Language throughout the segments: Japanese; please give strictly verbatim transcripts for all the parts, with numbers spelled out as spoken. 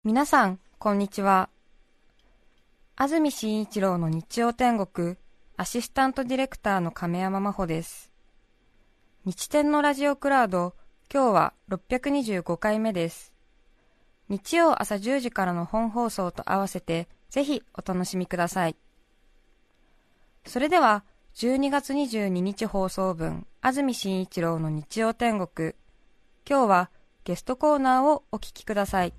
皆さんこんにちは。安住紳一郎の日曜天国アシスタントディレクターの亀山真帆です。日天のラジオクラウド、今日はろっぴゃくにじゅうごかいめです。日曜朝じゅうじからの本放送と合わせてぜひお楽しみください。それではじゅうにがつにじゅうににち放送分、安住紳一郎の日曜天国、今日はゲストコーナーをお聞きください。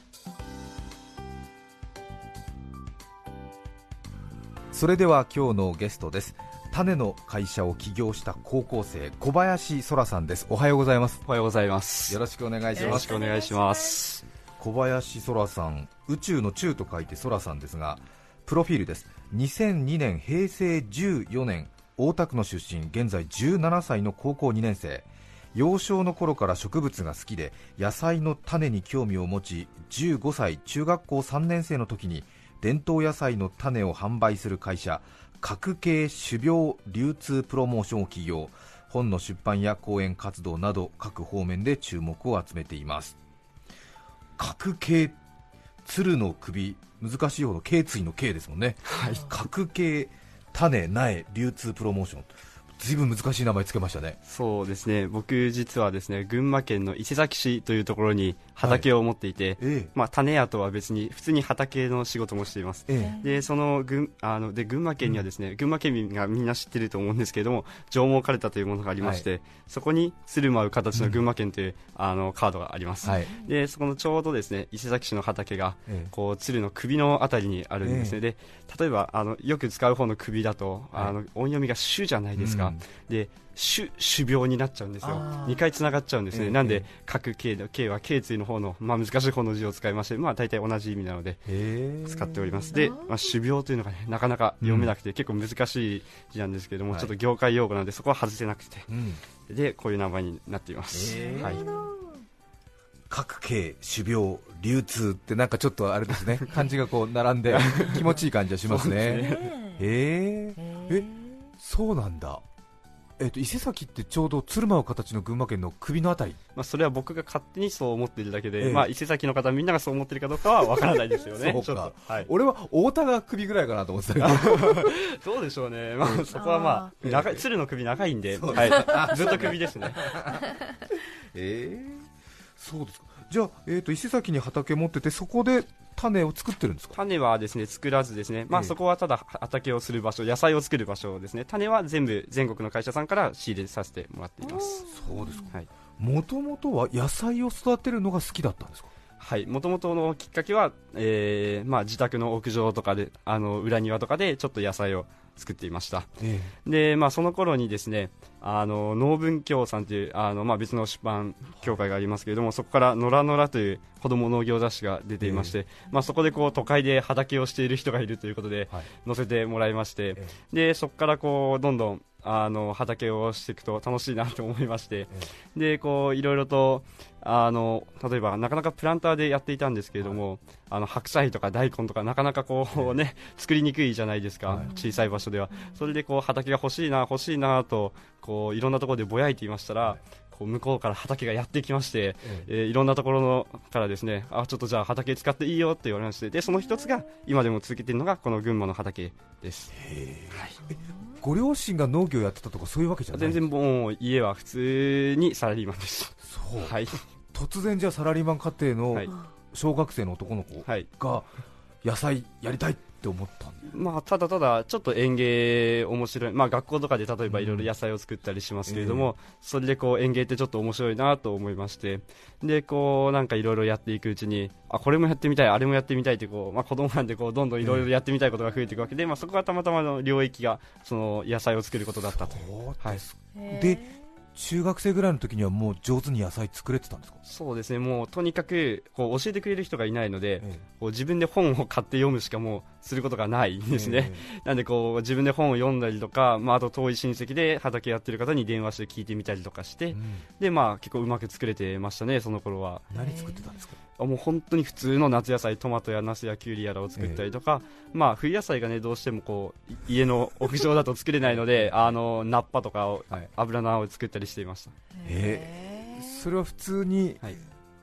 それでは今日のゲストです。種の会社を起業した高校生、小林空さんです。おはようございます。 おはようございます。 よろしくお願いします。 よろしくお願いします。 小林空さん、宇宙の宙と書いて空さんですが、プロフィールです。にせんにねんへいせいじゅうよねん、大田区の出身、現在じゅうななさいの高校にねん生。幼少の頃から植物が好きで野菜の種に興味を持ち、じゅうごさい中学校さんねん生の時に伝統野菜の種を販売する会社、角系種苗流通プロモーションを起業。本の出版や講演活動など各方面で注目を集めています。角系、鶴の首、難しいほど頸椎の頸ですもんね、はい、角系種苗流通プロモーション、ずいぶん難しい名前つけましたね。 そうですね、僕実はですね、群馬県の伊勢崎市というところに畑を持っていて、はい、ええ、まあ、種屋とは別に普通に畑の仕事もしています、ええ、でその群あので群馬県にはですね、うん、群馬県民がみんな知っていると思うんですけれども、上毛かるたというものがありまして、はい、そこに鶴舞う形の群馬県という、うん、あのカードがあります、はい、でそこのちょうどですね、伊勢崎市の畑が、ええ、こう鶴の首のあたりにあるんですね、ええ、で例えばあのよく使う方の首だと、はい、あの音読みが種じゃないですか、うん、で種種苗になっちゃうんですよ。にかいつながっちゃうんですね、えー、なんで角系の系は頸椎の方の、まあ、難しい方の字を使いまして、まあ、大体同じ意味なので使っております。で、まあ、種苗というのが、ね、なかなか読めなくて、うん、結構難しい字なんですけども、はい、ちょっと業界用語なのでそこは外せなくて、うん、でこういう名前になっています、えーはい、 角系種苗流通ってなんかちょっとあれですね漢字がこう並んで気持ちいい感じがしますね。えー、えそうなんだ。えー、と伊勢崎ってちょうど鶴舞う形の群馬県の首のあたり、 まあ、それは僕が勝手にそう思っているだけで、えーまあ、伊勢崎の方みんながそう思っているかどうかはわからないですよね。 そうか、はい、俺は太田が首ぐらいかなと思ってたけどどうでしょうね、まあ、そこはまあ長い、鶴の首長いんで、はい、ずっと首ですね。 えー、そうですか。じゃあ、えー、と伊勢崎に畑持ってて、そこで種を作ってるんですか？ 種はですね作らずですね、まあ、そこはただ畑をする場所、野菜を作る場所ですね。種は全部全国の会社さんから仕入れさせてもらっています。 そうですか。もともとは野菜を育てるのが好きだったんですか？ はい、もともとのきっかけは、えーまあ、自宅の屋上とかで、あの裏庭とかでちょっと野菜を作っていました、ええ、でまあ、その頃にですね、あの農文教さんというあの、まあ、別の出版協会がありますけれども、そこからのらのらという子ども農業雑誌が出ていまして、ええ、まあ、そこでこう都会で畑をしている人がいるということで、はい、載せてもらいまして、ええ、でそこからこうどんどんあの畑をしていくと楽しいなと思いまして、えでこういろいろとあの例えばなかなかプランターでやっていたんですけれども、はい、あの白菜とか大根とかなかなかこう、ね、作りにくいじゃないですか、はい、小さい場所では。それでこう畑が欲しいな欲しいなとこういろんなところでぼやいていましたら、はい、こう向こうから畑がやってきまして、えええー、いろんなところのからですね、あちょっとじゃあ畑使っていいよって言われまして、でその一つが今でも続けているのがこの群馬の畑です。へー、はい、 ご両親が農業やってたとかそういうわけじゃない？ 全然もう家は普通にサラリーマンです。 そう、 はい、 突然じゃあサラリーマン家庭の小学生の男の子が野菜やりたいって思ったんで、 まあ、ただただちょっと園芸面白い、まあ、学校とかで例えばいろいろ野菜を作ったりしますけれども、うん、それでこう園芸ってちょっと面白いなと思いまして、でこうなんかいろいろやっていくうちに、あこれもやってみたいあれもやってみたいってこう、まあ、子供なんでこうどんどんいろいろやってみたいことが増えていくわけで、まあ、そこがたまたまの領域がその野菜を作ることだったと。 はい、で中学生ぐらいの時にはもう上手に野菜作れてたんですか？ そうですね、もうとにかくこう教えてくれる人がいないので、ええ、こう自分で本を買って読むしかもうすることがないんですね、え、なんでこう自分で本を読んだりとか、まあ、あと遠い親戚で畑やってる方に電話して聞いてみたりとかして、うん、でまあ、結構うまく作れてましたね、その頃は。 何作ってたんですか？ もう本当に普通の夏野菜、トマトやナスやキュウリやらを作ったりとか、えーまあ、冬野菜がねどうしてもこう家の屋上だと作れないのであのナッパとかを、はい、油菜を作ったりしていました。 えー、それは普通に、はい、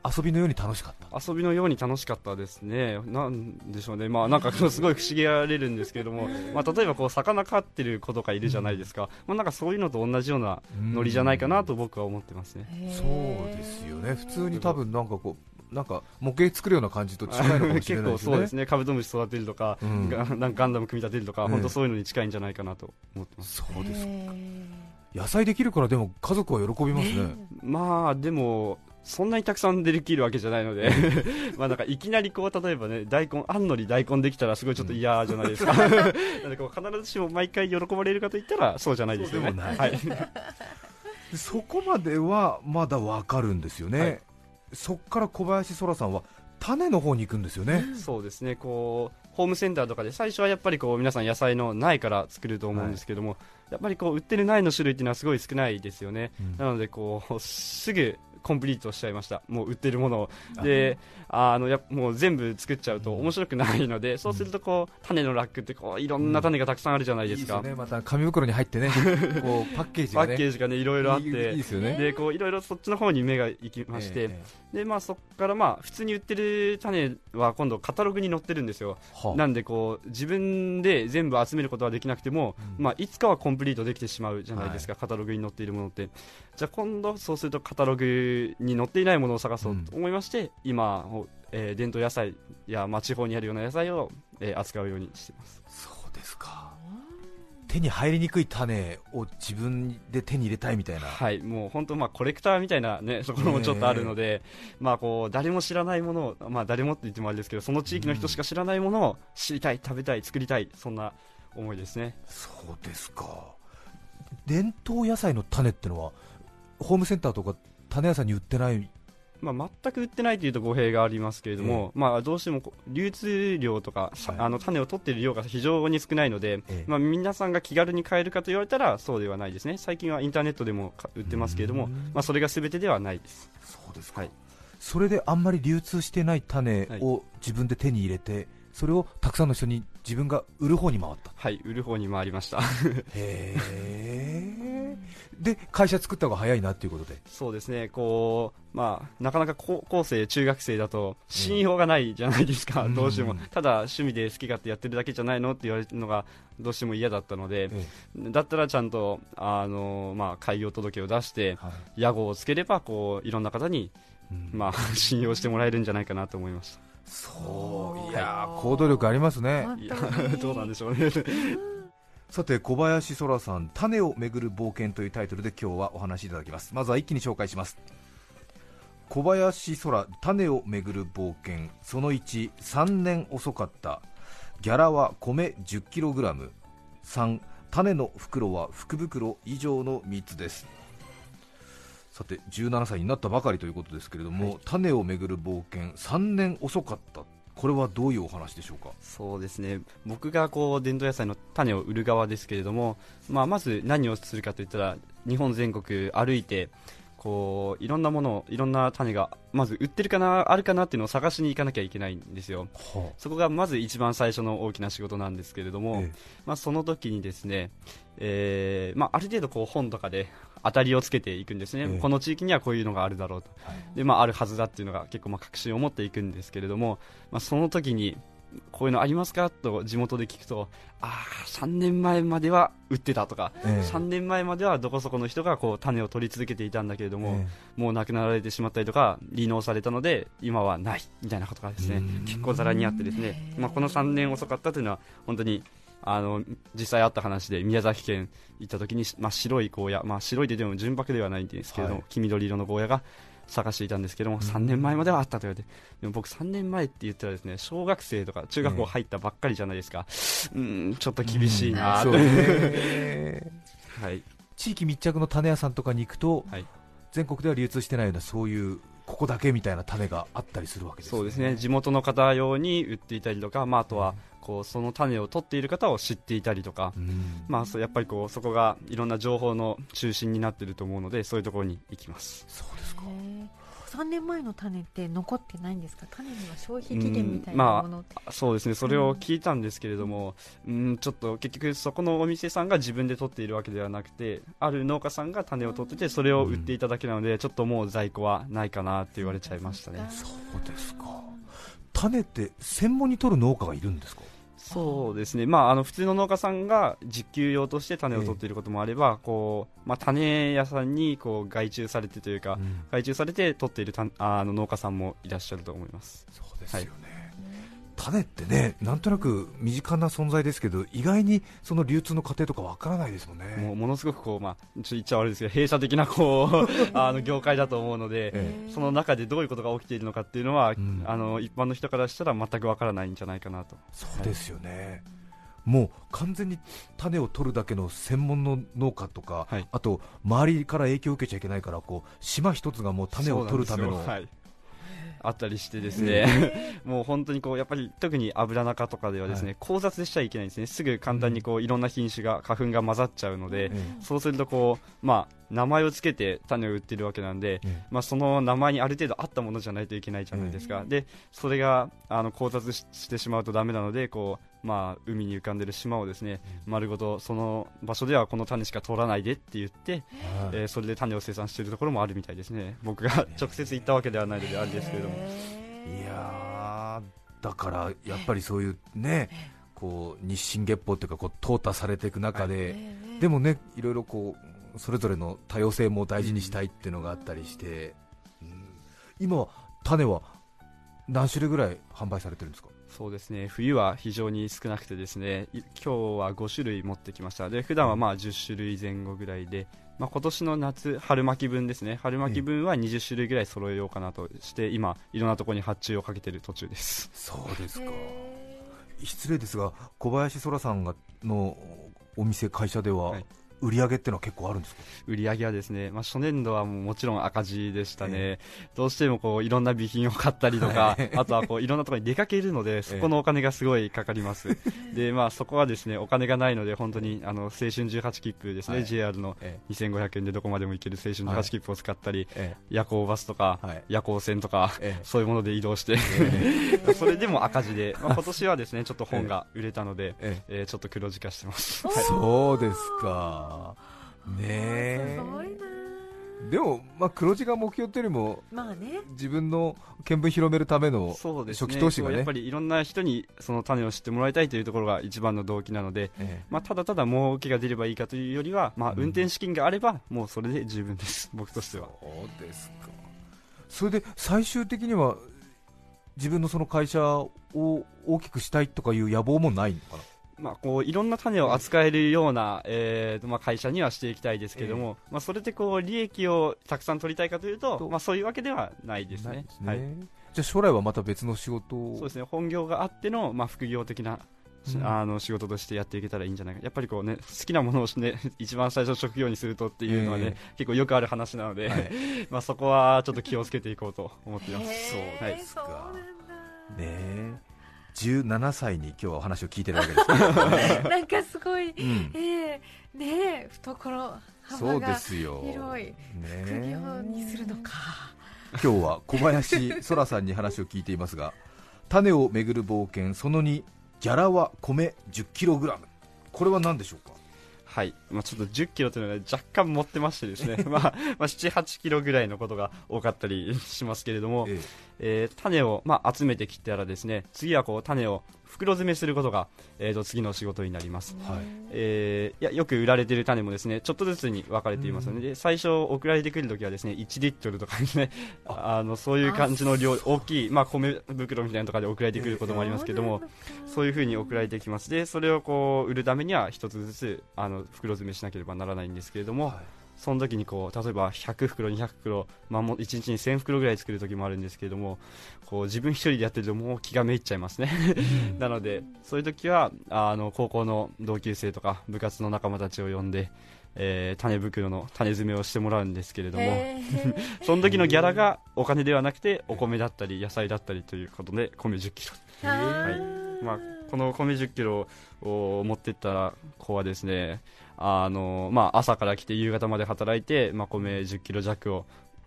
遊びのように楽しかった。 遊びのように楽しかったですね。なんでしょうね、まあ、なんかすごい不思議がれるんですけれども、まあ、例えばこう魚飼ってる子とかいるじゃないですか、まあ、なんかそういうのと同じようなノリじゃないかなと僕は思ってますね。 そうですよね、普通に多分なんかこうなんか模型作るような感じと近いのかもしれないですね。 結構そうですね、カブトムシ育てるとか、うん、ガ, なんかガンダム組み立てるとか、本当そういうのに近いんじゃないかなと思ってます。 そうですか。野菜できるからでも家族は喜びますね。 まあでもそんなにたくさんできるわけじゃないのでまあなんかいきなりこう例えばね大根あんのり大根できたらすごいちょっと嫌じゃないですか、うん、なのでこう必ずしも毎回喜ばれるかといったらそうじゃないですよね。 そうでもない、はい、そこまではまだわかるんですよね、はい、そこから小林空さんは種の方に行くんですよね。 そうですね、こうホームセンターとかで最初はやっぱりこう皆さん野菜の苗から作ると思うんですけども、はい、やっぱりこう売ってる苗の種類っていうのはすごい少ないですよね、うん、なのでこうすぐコンプリートしちゃいました。もう売ってるものをであのやもう全部作っちゃうと面白くないので、うん、そうするとこう種のラックってこういろんな種がたくさんあるじゃないですか、 うん、いいですよね。また紙袋に入ってねこうパッケージがねパッケージがねいろいろあって、いいいいですよね。 でこういろいろそっちの方に目が行きまして、えー、でまあそこからまあ普通に売ってる種は今度カタログに載ってるんですよ、はあ、なんでこう自分で全部集めることはできなくても、うん、まあいつかはコンプリートできてしまうじゃないですか、はい、カタログに載っているものって。じゃあ今度そうするとカタログに載っていないものを探そうと思いまして、うん、今、えー、伝統野菜や、まあ、地方にあるような野菜を、えー、扱うようにしています。 そうですか。手に入りにくい種を自分で手に入れたいみたいな。 はい、もう本当まあコレクターみたいな、ね、ところもちょっとあるので、まあ、こう誰も知らないものを、まあ、誰もって言ってもあれですけどその地域の人しか知らないものを知りたい、食べたい、作りたい、そんな思いですね。 そうですか。伝統野菜の種ってのはホームセンターとか種屋さんに売ってない。 まあ、全く売ってないというと語弊がありますけれども、えーまあ、どうしても流通量とか、はい、あの種を取っている量が非常に少ないので、えーまあ、皆さんが気軽に買えるかと言われたらそうではないですね。最近はインターネットでも売ってますけれども、まあ、それが全てではないです。 そうですか、はい、それであんまり流通してない種を自分で手に入れて、はい、それをたくさんの人に自分が売る方に回った。 はい、売る方に回りましたへーで会社作った方が早いなということで。 そうですね、こう、まあ、なかなか高校生中学生だと信用がないじゃないですか、うん、どうしてもただ趣味で好き勝手やってるだけじゃないのって言われるのがどうしても嫌だったので、うん、だったらちゃんとあの、まあ、開業届を出して、はい、屋号をつければこういろんな方に、うんまあ、信用してもらえるんじゃないかなと思いました。 そう、いやー行動力ありますね。 いやどうなんでしょうねさて小林空さん、種をめぐる冒険というタイトルで今日はお話しいただきます。まずは一気に紹介します。小林空、種をめぐる冒険、そのいち、さんねん遅かった、ギャラは米 じゅっキログラム、さん、種の袋は福袋以上のみっつです。さてじゅうななさいになったばかりということですけれども、はい、種をめぐる冒険、さんねん遅かった、これはどういうお話でしょうか。 そうですね、僕がこう伝統野菜の種を売る側ですけれども、まあ、まず何をするかといったら日本全国歩いてこういろんなもの、いろんな種がまず売ってるかな、あるかなっていうのを探しに行かなきゃいけないんですよ、はあ、そこがまず一番最初の大きな仕事なんですけれども、ええまあ、その時にですね、えーまあ、ある程度こう本とかで当たりをつけていくんですね、ええ、この地域にはこういうのがあるだろうと、はいでまあ、あるはずだっていうのが結構まあ確信を持っていくんですけれども、まあ、その時にこういうのありますかと地元で聞くと、ああさんねんまえまでは売ってたとか、ええ、さんねんまえまではどこそこの人がこう種を取り続けていたんだけれども、ええ、もう亡くなられてしまったりとか離農されたので今はないみたいなことがですね結構ざらにあってですね、まあ、このさんねん遅かったというのは本当にあの実際あった話で、宮崎県行った時に、まあ、白いゴーヤ、まあ、白いででも純白ではないんですけれども、はい、黄緑色のゴーヤが探していたんですけども、うん、さんねんまえまではあったと言われて、でも僕さんねんまえって言ったらですね小学生とか中学校入ったばっかりじゃないですか、うん、うんちょっと厳しいなと、うんねはい、地域密着の種屋さんとかに行くと、はい、全国では流通してないようなそういうここだけみたいな種があったりするわけですね。 そうですね、地元の方用に売っていたりとか、まあ、あとはこうその種を取っている方を知っていたりとか、うんまあ、そうやっぱりこうそこがいろんな情報の中心になっていると思うので、そういうところに行きます。 そうですか。 さんねんまえの種って残ってないんですか？種には消費期限みたいなものって、 まあ、そうですね、それを聞いたんですけれども、うん、ちょっと結局そこのお店さんが自分で取っているわけではなくて、ある農家さんが種を取っててそれを売っていただけなので、ちょっともう在庫はないかなって言われちゃいましたね。 そうですか。種って専門に取る農家がいるんですか？ そうですね、まあ、あの普通の農家さんが実給用として種を取っていることもあれば、えーこうまあ、種屋さんにこう外注されてというか、うん、外注されて取っているたあの農家さんもいらっしゃると思います。 そうですよね、はい、種ってね、なんとなく身近な存在ですけど、意外にその流通の過程とかわからないですもんね。 もうものすごくこう、まあ、ちょっと言っちゃ悪いですけど閉鎖的なこうあの業界だと思うので、ええ、その中でどういうことが起きているのかっていうのは、うん、あの一般の人からしたら全くわからないんじゃないかなと。 そうですよね、はい、もう完全に種を取るだけの専門の農家とか、はい、あと周りから影響を受けちゃいけないから、こう島一つがもう種を取るための、 あったりしてですねもう本当にこうやっぱり特に油中とかではですね、はい、交雑しちゃいけないんですね。すぐ簡単にこういろんな品種が花粉が混ざっちゃうので、うん、そうするとこう、まあ、名前をつけて種を売ってるわけなんで、うん、まあ、その名前にある程度合ったものじゃないといけないじゃないですか、うん、でそれがあの交雑 し, してしまうとダメなので、こう、まあ、海に浮かんでる島をですね、うん、丸ごとその場所ではこの種しか取らないでって言って、うん、えー、それで種を生産しているところもあるみたいですね。僕が直接行ったわけではないのであれですけれども、 いやー、だからやっぱりそういうね、こう日進月歩というか、こう淘汰されていく中で、でもね、いろいろこうそれぞれの多様性も大事にしたいっていうのがあったりして、うん、今は種は何種類ぐらい販売されてるんですか？ そうですね、冬は非常に少なくてですね、今日はご種類持ってきました。で普段はまあじゅっしゅるいぜん後ぐらいで、まあ、今年の夏、春巻き分ですね、春巻き分はにじゅっしゅるいぐらい揃えようかなとして、今いろんなところに発注をかけている途中です。 そうですか。失礼ですが、小林空さんがのお店、会社では、はい、売り上げってのは結構あるんですか？ 売り上げはですね、まあ、初年度はもうもちろん赤字でしたね、えー、どうしてもこういろんな備品を買ったりとか、はい、あとはこういろんなところに出かけるので、そこのお金がすごいかかります、えー、でまあ、そこはですねお金がないので、本当にあの青春じゅうはち切符ですね、はい、ジェイアール のにせんごひゃくえんでどこまでも行ける青春じゅうはち切符を使ったり、はい、夜行バスとか、はい、夜行線とか、えー、そういうもので移動して、えー、それでも赤字で、まあ、今年はですねちょっと本が売れたので、えーえー、ちょっと黒字化してます。 そうですかねえ、 すごいな。 でも、まあ、黒字が目標というよりも、まあね、自分の見聞広めるための初期投資がね、 やっぱりいろんな人にその種を知ってもらいたいというところが一番の動機なので、ええ、まあ、ただただ儲けが出ればいいかというよりは、まあ、運転資金があればもうそれで十分です、僕としては。 そうですか。それで最終的には自分のその会社を大きくしたいとかいう野望もないのかな？ まあ、こういろんな種を扱えるような、えーまあ、会社にはしていきたいですけれども、えーまあ、それでこう利益をたくさん取りたいかというと、まあ、そういうわけではないですね。ですね、はい、 じゃあ将来はまた別の仕事を？ そうですね、本業があっての、まあ、副業的な、うん、あの仕事としてやっていけたらいいんじゃないか。やっぱりこう、ね、好きなものを、ね、一番最初の職業にするとっていうのは、ね、えー、結構よくある話なので、はい、まあそこはちょっと気をつけていこうと思っています。 そうですか、はい、ねえ、じゅうななさいに今日はお話を聞いてるわけですからなんかすごい、うん、えー、ねえ、懐幅が広い、副業にするのか。 今日は小林空さんに話を聞いていますが、種をめぐる冒険そのに、ギャラは米 じゅっキログラム、 これは何でしょうか？ はい、まあ、ちょっとじゅっキロというのは若干持ってましてですねまあ、まあ、ななはちキロぐらいのことが多かったりしますけれども、えええー、種を、まあ、集めてきたらですね、次はこう種を袋詰めすることが、えー、と次の仕事になります、はい、えー、いやよく売られている種もですねちょっとずつに分かれていますので、で最初送られてくるときはですねいちリットルとかですねあのそういう感じの量、大きい、まあ、米袋みたいなのとかで送られてくることもありますけども、そういう風に送られてきます。でそれをこう売るためには一つずつあの袋詰めしなければならないんですけれども、はい、その時にこう例えばひゃくふくろにひゃくふくろ、まあ、もういちにちにせんふくろぐらい作る時もあるんですけれども、こう自分一人でやってるともう気がめいっちゃいますねなのでそういう時はあの高校の同級生とか部活の仲間たちを呼んで、えー、種袋の種詰めをしてもらうんですけれどもその時のギャラがお金ではなくてお米だったり野菜だったりということで米じゅっキロ、はい、まあ、この米じゅっキロを持っていった子はですね、あの、まあ、朝から来て夕方まで働いて、まあ、米じゅっキロ弱を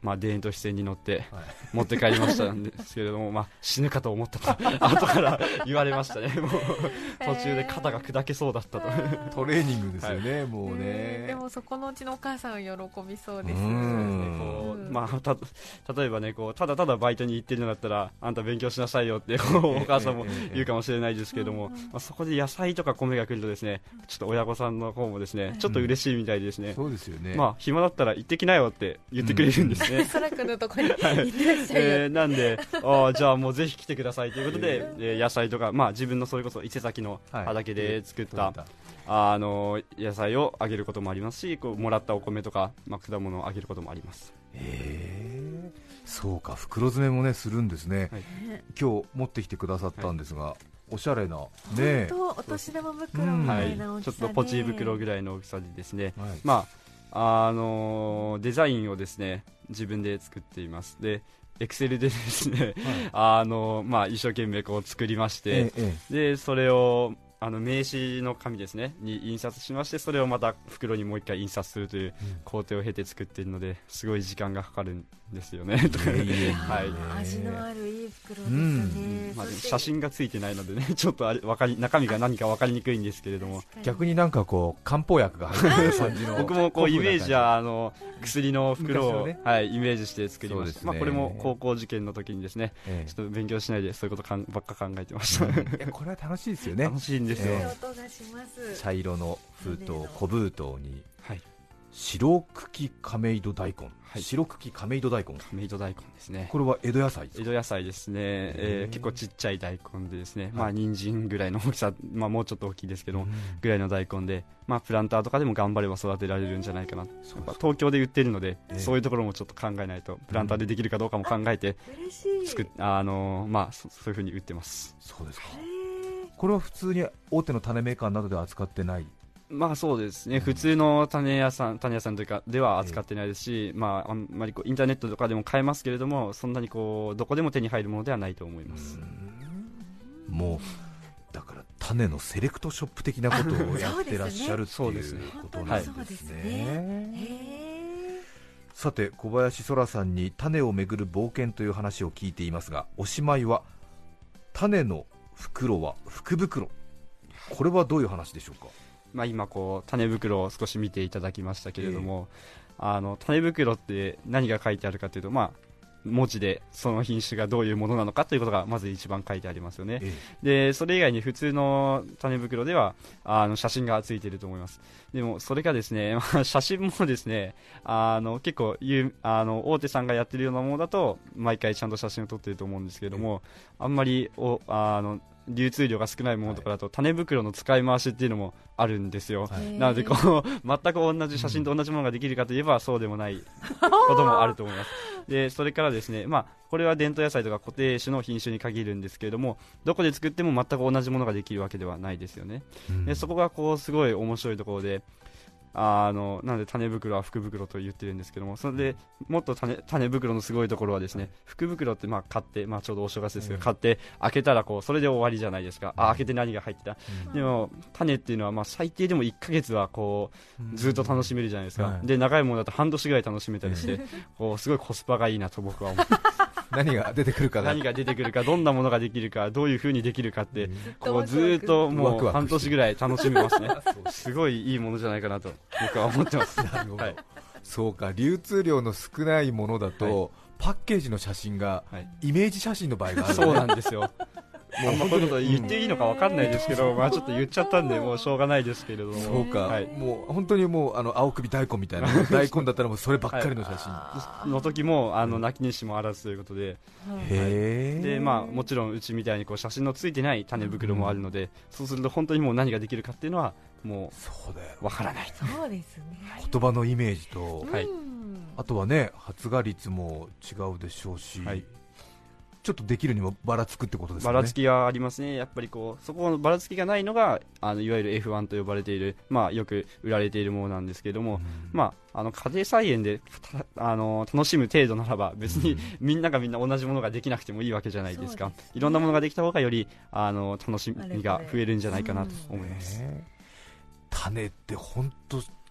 まあ、田園都市線に乗って持って帰りましたんですけれども、まあ、死ぬかと思ったと後から言われましたね。もう途中で肩が砕けそうだったと、 トレーニングですよね、はい、もうね。 でもそこのうちのお母さん喜びそうです。 まあ、た例えばねこうただただバイトに行ってるのだったらあんた勉強しなさいよってこうお母さんも言うかもしれないですけれども、まあ、そこで野菜とか米が来るとですねちょっと親御さんの方もですねちょっと嬉しいみたいでですね、 そうですよね。 まあ、暇だったら行ってきなよって言ってくれるんですね。 そらくんのところに行ってらっしゃいよ、 えー、なんであじゃあもうぜひ来てくださいということで、えー、野菜とか、まあ、自分のそれこそ伊勢崎の畑で作った、はい、あの野菜をあげることもありますし、こうもらったお米とか、まあ、果物をあげることもあります。 へー、そうか、袋詰めもねするんですね、はい、今日持ってきてくださったんですが、はい、おしゃれなね、 お年玉袋みたいな大きさで、 はい、ちょっとポチ袋ぐらいの大きさでですね、はい、まああのー、デザインをですね自分で作っています。でエクセルでですね、はい、あのーまあ、一生懸命こう作りまして、ええ、でそれをあの名刺の紙ですねに印刷しまして、それをまた袋にもう一回印刷するという工程を経て作っているので、すごい時間がかかるんですよね。 はい、味のあるいい袋ですね、うんまあ、写真がついてないのでねちょっとあれ分かり中身が何か分かりにくいんですけれども、 逆になんかこう漢方薬が入ってる感じの僕もこうイメージはあの薬の袋を、ね、はい、イメージして作りました、ね。まあ、これも高校受験の時にですね、ええ、ちょっと勉強しないでそういうことかんばっか考えてました。 いやこれは楽しいですよね。 楽しいんですよ、ええ、音がします。 茶色の封筒、小封筒に、はい、白茎亀戸大根、はい、白茎亀戸大根、 亀戸大根ですね。 これは江戸野菜ですか？ 江戸野菜ですね、えー、結構ちっちゃい大根でですね、はい、まあ人参ぐらいの大きさ、まあ、もうちょっと大きいですけども、ぐらいの大根で、まあ、プランターとかでも頑張れば育てられるんじゃないかな。やっぱ東京で売ってるので、えー、そういうところもちょっと考えないと、プランターでできるかどうかも考えて作っ、あのーまあ、そ, そういうふうに売ってます。 そうですか。これは普通に大手の種メーカーなどでは扱ってない？ まあそうですね、うん、普通の種屋さん、種屋さんというかでは扱ってないですし、えーまあ、あんまりこうインターネットとかでも買えますけれども、そんなにこうどこでも手に入るものではないと思います。 うん、もうだから種のセレクトショップ的なことをやってらっしゃるっていうことなんですね。さて小林空さんに種をめぐる冒険という話を聞いていますが、おしまいは種の袋は福袋、これはどういう話でしょうか？ まあ、今こう種袋を少し見ていただきましたけれども、えー、あの種袋って何が書いてあるかというと、まあ、文字でその品種がどういうものなのかということがまず一番書いてありますよね、えー、でそれ以外に普通の種袋ではあの写真がついていると思います。でもそれがですね、まあ、写真もですねあの結構あの大手さんがやってるようなものだと毎回ちゃんと写真を撮っていると思うんですけれども、えー、あんまりおあの流通量が少ないものとかだと、はい、種袋の使い回しっていうのもあるんですよ、はい、なのでこう全く同じ写真と同じものができるかといえばそうでもないこともあると思います。でそれからですね、まあ、これは伝統野菜とか固定種の品種に限るんですけれども、どこで作っても全く同じものができるわけではないですよね、うん、でそこがこうすごい面白いところで、あのなので種袋は福袋と言ってるんですけども、それでもっと 種, 種袋のすごいところはですね、福袋ってまあ買って、まあ、ちょうどお正月ですけど、うん、買って開けたらこうそれで終わりじゃないですか、あ開けて何が入ってた、うん、でも種っていうのはまあ最低でもいっかげつはこうずっと楽しめるじゃないですか、うん、で長いものだと半年ぐらい楽しめたりして、うん、こうすごいコスパがいいなと僕は思って何が出てくるか何が出てくるか、どんなものができるか、どういう風にできるかって、こうずっともう半年ぐらい楽しめますねすごいいいものじゃないかなと僕は思ってますなるほど、はい、 そうか、流通量の少ないものだと、はい、パッケージの写真がイメージ写真の場合がある、ね、 そうなんですよもうこういうこと言っていいのか分かんないですけど、うん、まあちょっと言っちゃったんでもうしょうがないですけれども、 そうか、はい、もう本当にもうあの青首大根みたいな大根だったらもうそればっかりの写真、 はい、の時もあの泣きにしもあらずということで、 へはい、でまあもちろんうちみたいにこう写真のついてない種袋もあるので、うん、そうすると本当にもう何ができるかっていうのはもう分からない。 そうですね、 言葉のイメージと、 はい、 あとはね発芽率も違うでしょうし、はい、ちょっとできるにもばらつくってことですね。 ばらつきがありますね。やっぱりこうそこのばらつきがないのがあのいわゆる エフワン と呼ばれている、まあ、よく売られているものなんですけれども、うん、まあ、あの家庭菜園であの楽しむ程度ならば別に、うん、みんながみんな同じものができなくてもいいわけじゃないですか。いろんなものができた方がよりあの楽しみが増えるんじゃないかなと思います。 種って本当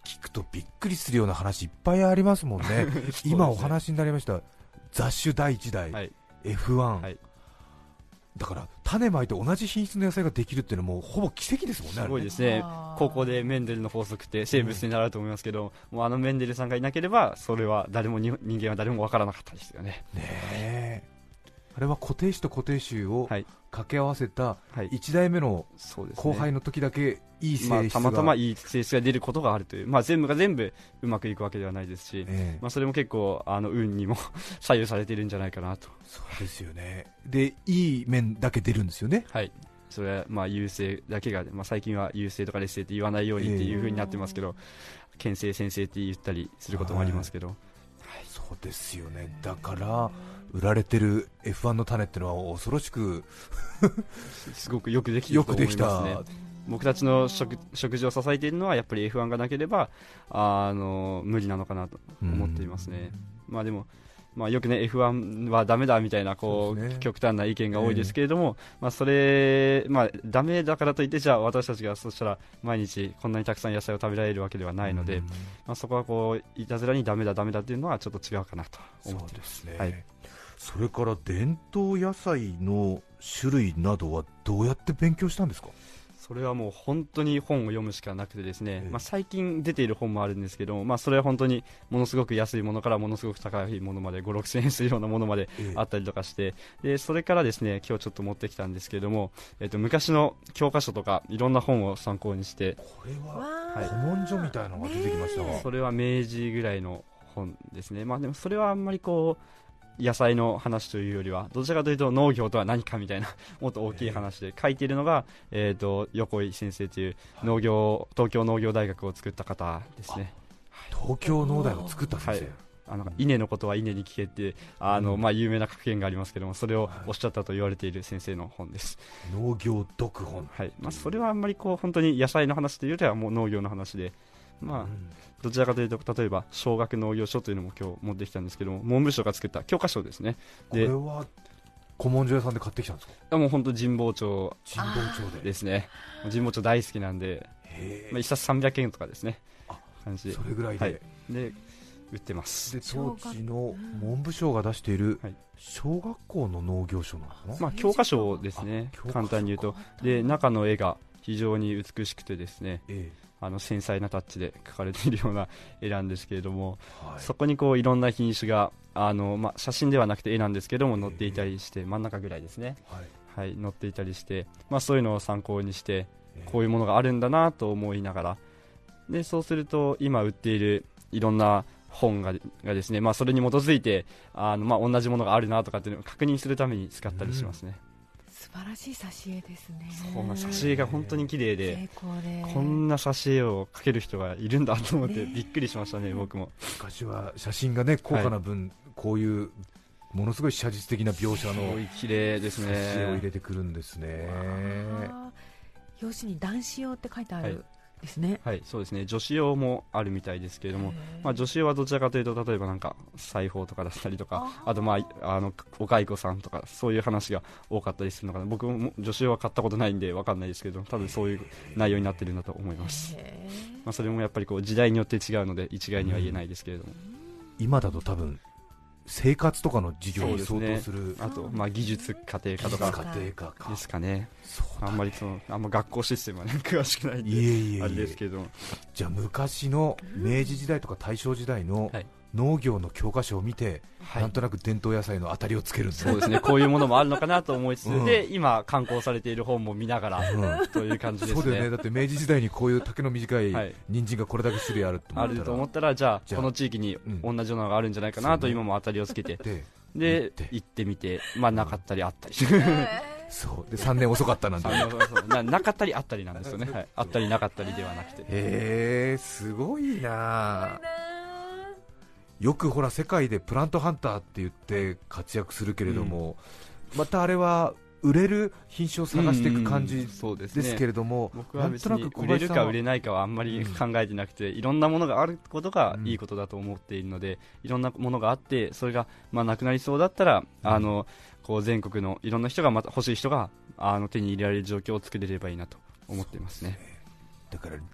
聞くとびっくりするような話いっぱいありますもんね今お話になりました雑種だいいちだい、はい、エフワン、はい、だから種まいて同じ品質の野菜ができるっていうのはもうほぼ奇跡ですもんね。 すごいですね。高校でメンデルの法則って生物に習うと思いますけど、うん、もうあのメンデルさんがいなければそれは誰も人間は誰もわからなかったですよね。 ねえ、あれは固定種と固定種を掛け合わせたいちだいめの後輩の時だけいい性質が、 まあ、たまたまいい性質が出ることがあるという、まあ、全部が全部うまくいくわけではないですし、えーまあ、それも結構あの運にも左右されているんじゃないかなと。 そうですよね。でいい面だけ出るんですよね。 はい、それはまあ優勢だけが、まあ、最近は優勢とか劣勢って言わないようにっていう風になってますけど、えー、牽制先制って言ったりすることもありますけど、はいはい、そうですよね。だから売られてる エフワン の種ってのは恐ろしくすごくよくできていると思いますね。僕たちの 食, 食事を支えているのはやっぱり エフワン がなければあの無理なのかなと思っていますね。まあでも、まあ、よくね エフワン はダメだみたいなこう、ね、極端な意見が多いですけれども、えーまあ、それ、まあ、ダメだからといってじゃあ私たちがそしたら毎日こんなにたくさん野菜を食べられるわけではないので、まあ、そこはこういたずらにダメだダメだっていうのはちょっと違うかなと思っています。 そうですね。 はい、 それから伝統野菜の種類などはどうやって勉強したんですか？ それはもう本当に本を読むしかなくてですね、ええまあ、最近出ている本もあるんですけども、まあ、それは本当にものすごく安いものからものすごく高いものまでご、ろくせんえんするようなものまであったりとかして、ええ、でそれからですね今日ちょっと持ってきたんですけども、えっと、昔の教科書とかいろんな本を参考にして、 これは古文書みたいなのが出てきましたが、 それは明治ぐらいの本ですね。まあ、でもそれはあんまりこう野菜の話というよりはどちらかというと農業とは何かみたいなもっと大きい話で書いているのが、えー、と横井先生という農業東京農業大学を作った方ですね。 東京農大を作った先生、はい、 あの稲のことは稲に聞けってあの、うんまあ、有名な格言がありますけども、それをおっしゃったと言われている先生の本です。 農業読本、 はいまあ、それはあんまりこう本当に野菜の話というよりはもう農業の話で、まあうん、どちらかというと例えば小学農業書というのも今日持ってきたんですけども、文部省が作った教科書ですね。でこれは古文書屋さんで買ってきたんですか？ もう本当神保町神保町でですね。神保町大好きなんで、まあ、一冊さんびゃくえんとかですね。 あ感じでそれぐらいで、はい、 で売ってます。 で当時の文部省が出している小学校の農業書なのかな、 まあ、教科書ですね。簡単に言うとで中の絵が非常に美しくてですね、ええあの繊細なタッチで描かれているような絵なんですけれども、はい、そこにこういろんな品種があの、まあ、写真ではなくて絵なんですけども載っていたりして、えー、真ん中ぐらいですね、はいはい、載っていたりして、まあ、そういうのを参考にしてこういうものがあるんだなと思いながら、でそうすると今売っているいろんな本が、がですね、まあ、それに基づいてあの、まあ、同じものがあるなとかっていうのを確認するために使ったりしますね。うん素晴らしい挿絵ですね。 そうな挿絵が本当に綺麗で、こんな挿絵を描ける人がいるんだと思ってびっくりしましたね、ね僕も。 昔は写真がね高価な分、はい、こういうものすごい写実的な描写の綺麗ですね挿絵を入れてくるんですね。 表紙に男子用って書いてある、はいですね。 はい、そうですね。女子用もあるみたいですけれども、まあ、女子用はどちらかというと例えばなんか裁縫とかだったりとか、あ, あとまああのお蚕さんとかそういう話が多かったりするのかな。僕も女子用は買ったことないんでわかんないですけど、多分そういう内容になってるんだと思います。まあ、それもやっぱりこう時代によって違うので一概には言えないですけれども、 今だと多分生活とかの授業に相当する、 ね、あと、まあ、技術家庭科とかですかね。あんまりそのあんま学校システムは、ね、詳しくないんでいえいえいえあれですけど、 じゃあ昔の明治時代とか大正時代の農業の教科書を見て、はい、なんとなく伝統野菜の当たりをつけるんです、ね、 そうですね。こういうものもあるのかなと思いつつ、うん、で今刊行されている本も見ながら、うん、という感じですね。 そうだよね。だって明治時代にこういう丈の短い人参がこれだけ種類あると思ったら、 あると思ったらじゃあこの地域に同じようなのがあるんじゃないかなと、今も当たりをつけて、で, で行ってみて、まあ、なかったりあったりそうでさんねん遅かったなんてな, なかったりあったりなんですよね、はい、あったりなかったりではなくて。 へーすごいな。よくほら世界でプラントハンターって言って活躍するけれども、うん、またあれは売れる品種を探していく感じですけれども、 うんうんね、僕は別に売れるか売れないかはあんまり考えてなくて、うん、いろんなものがあることがいいことだと思っているので、うん、いろんなものがあってそれがまあなくなりそうだったら、うん、あのこう全国のいろんな人がまた欲しい人があの手に入れられる状況を作れればいいなと思っていますね。 だから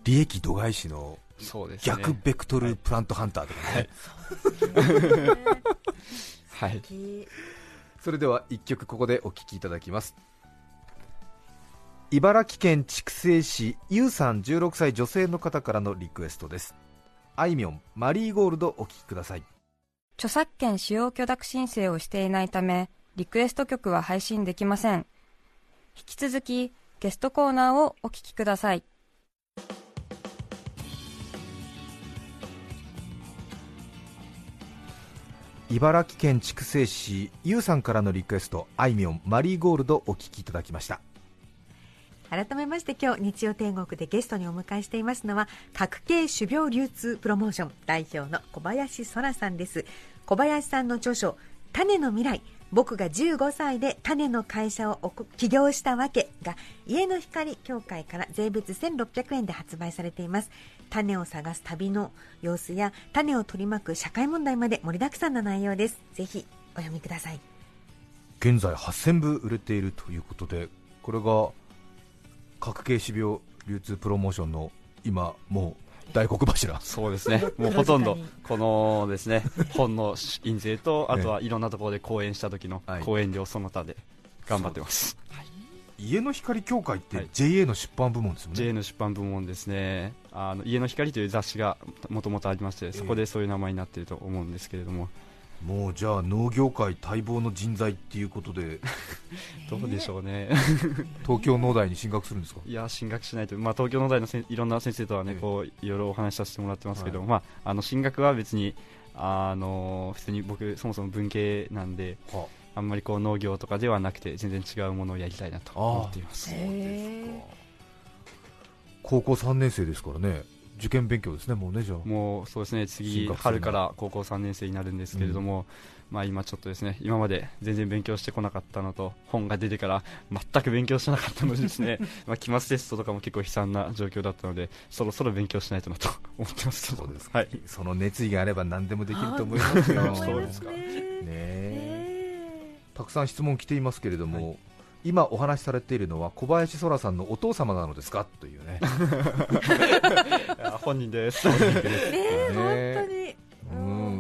利益度外視の逆ベクトルプラントハンターとかね、 はい、 それではいっきょくここでお聴きいただきます。茨城県筑西市ゆうさんじゅうろくさい女性の方からのリクエストです。あいみょんマリーゴールドお聴きください。 著作権使用許諾申請をしていないためリクエスト曲は配信できません。引き続きゲストコーナーをお聴きください。 茨城県筑西市ゆうさんからのリクエスト、あいみょんマリーゴールドお聴きいただきました。 改めまして今日日曜天国でゲストにお迎えしていますのは角形種苗流通プロモーション代表の小林そらさんです。小林さんの著書種の未来、僕がじゅうごさいで種の会社を起業したわけが家の光協会から税別せんろっぴゃくえんで発売されています。種を探す旅の様子や種を取り巻く社会問題まで盛りだくさんな内容です。ぜひお読みください。 現在はっせんぶ売れているということで、これが角形種苗流通プロモーションの今もう大黒柱。 そうですね、もうほとんどこのですね本の印税とあとはいろんなところで講演した時の講演料その他で頑張ってます、はい、 家の光協会って ジェーエー の出版部門ですよね、はい、 ジェーエー の出版部門ですね。あの家の光という雑誌がもともとありまして、そこでそういう名前になっていると思うんですけれども、 もうじゃあ農業界待望の人材っていうことでどうでしょうね東京農大に進学するんですか？ いや進学しないと、まあ、東京農大のせいろんな先生とは、ね、こういろいろお話しさせてもらってますけど、はいまあ、あの進学は別にあの普通に僕そもそも文系なんで、はあ、あんまりこう農業とかではなくて全然違うものをやりたいなと思っています。 そうですか。高校さんねん生ですからね、受験勉強ですね。もうね、じゃあもうそうですね、次春から高校さんねん生になるんですけれども、うんまあ、今ちょっとですね今まで全然勉強してこなかったのと本が出てから全く勉強してなかったのでですねまあ期末テストとかも結構悲惨な状況だったので、そろそろ勉強しないとなと思ってます。 そうですか、はい、その熱意があれば何でもできると思いますよ。 そうですか、 ね、たくさん質問来ていますけれども、はい、今お話しされているのは小林そらさんのお父様なのですかというねいや本人です。 本人ですね、本当にうん、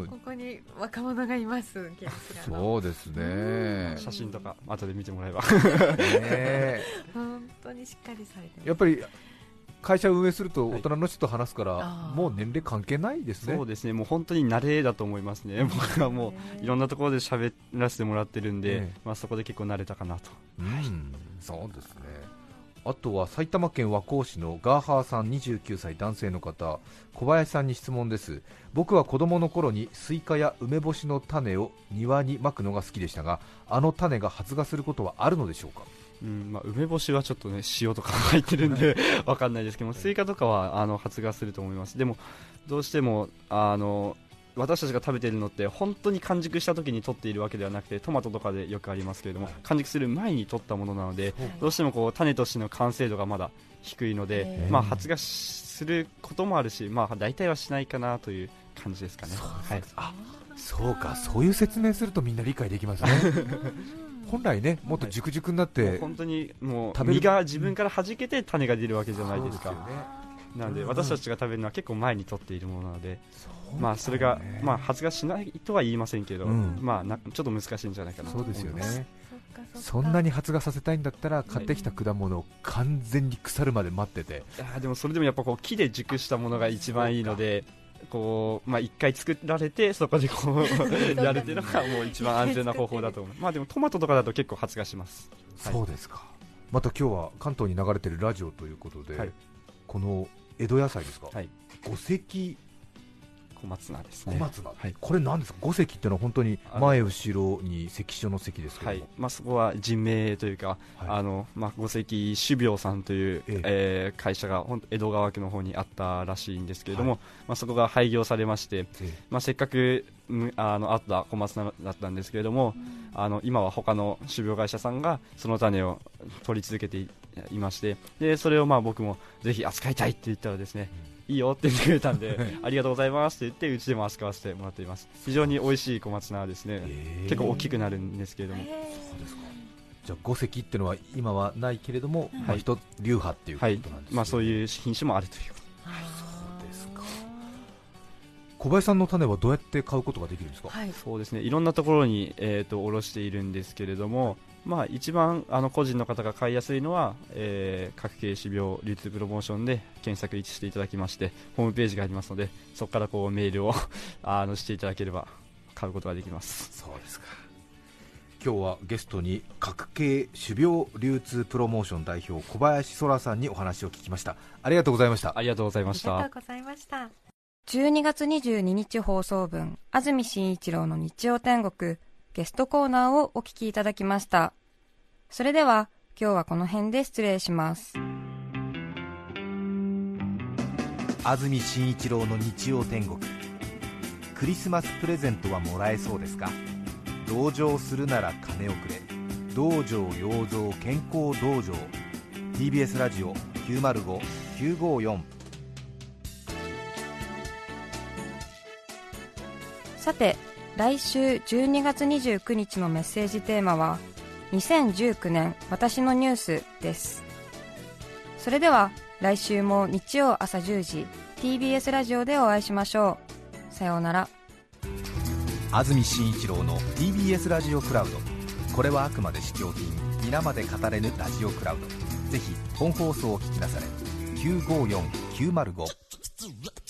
ここに若者がいます。 そうですね、 写真とか後で見てもらえばね本当にしっかりされてます。 やっぱり会社を運営すると大人の人と話すから、はい、もう年齢関係ないですね。 そうですね、もう本当に慣れだと思いますね。僕はもういろんなところで喋らせてもらってるんで、まあ、そこで結構慣れたかなと、 うん、はい、そうですね。あとは埼玉県和光市のガーハーさんにじゅうきゅうさい男性の方、小林さんに質問です。僕は子供の頃にスイカや梅干しの種を庭にまくのが好きでしたが、あの種が発芽することはあるのでしょうか？ うんまあ、梅干しはちょっとね塩とか入ってるんでわかんないですけども、スイカとかはあの発芽すると思います。でもどうしてもあの私たちが食べているのって本当に完熟した時に取っているわけではなくて、トマトとかでよくありますけれども、完熟する前に取ったものなので、どうしてもこう種としての完成度がまだ低いので、まあ、発芽することもあるし、まあ、大体はしないかなという感じですかね。はい、 あ、そうか、そういう説明するとみんな理解できますね本来ね、もっと熟熟になって、はい、 本当にもう実が自分から弾けて種が出るわけじゃないですか。なので私たちが食べるのは結構前に取っているものなので、まあそれがまあ発芽しないとは言いませんけど、うん、まあなちょっと難しいんじゃないかなと思います。 そうですよね。そんなに発芽させたいんだったら買ってきた果物を完全に腐るまで待ってて、 いやでもそれでもやっぱこう木で熟したものが一番いいので、こうまあ一回作られてそこでこうやるっていうのがもう一番安全な方法だと思う。まあでもトマトとかだと結構発芽します。 そうですか。また今日は関東に流れているラジオということで、はい、この江戸野菜ですか、はい、五石小松菜ですね。 小松菜、はい、これ何ですか？五石ってのは本当に前後ろに関所の関ですけども、はい、 まあ、そこは人名というか、はい、あのまあ、五石種苗さんという、えええー、会社が本当江戸川区の方にあったらしいんですけれども、はい、まあ、そこが廃業されまして、ええ、まあ、せっかくあのあった小松菜だったんですけれども、あの今は他の種苗会社さんがその種を取り続けていまして、でそれをまあ僕もぜひ扱いたいって言ったらですね、いいよって言ってくれたんでありがとうございますって言ってうちでも扱わせてもらっています。非常に美味しい小松菜ですね。結構大きくなるんですけれども。 そうですか。じゃあ五石っていうのは今はないけれども、はい、まあ、一流派っていうことなんですね。 はい、まあ、そういう品種もあるという。 そうですか。小林さんの種はどうやって買うことができるんですか？ はい、そうですね、いろんなところに、えー、と卸しているんですけれども、まあ、一番あの個人の方が買いやすいのは、えー、各系種苗流通プロモーションで検索していただきまして、ホームページがありますので、そこからこうメールをあのしていただければ買うことができます。 そうですか。今日はゲストに各系種苗流通プロモーション代表小林そらさんにお話を聞きました。ありがとうございました。 ありがとうございました。 ありがとうございました。 じゅうにがつにじゅうににち放送分、安住紳一郎の日曜天国ゲストコーナーをお聞きいただきました。それでは今日はこの辺で失礼します。 安住紳一郎の日曜天国、クリスマスプレゼントはもらえそうですか？同情するなら金をくれ、道場養蔵健康道場。 ティービーエス ラジオ きゅうまるご きゅうごよん。 さて、来週じゅうにがつにじゅうくにちのメッセージテーマはにせんじゅうきゅうねん私のニュースです。それでは来週も日曜朝じゅうじ ティービーエス ラジオでお会いしましょう。さようなら。 安住紳一郎の ティービーエス ラジオクラウド。これはあくまで試供品、皆まで語れぬラジオクラウド。ぜひ本放送を聞きなされ。きゅうごよん きゅうまるご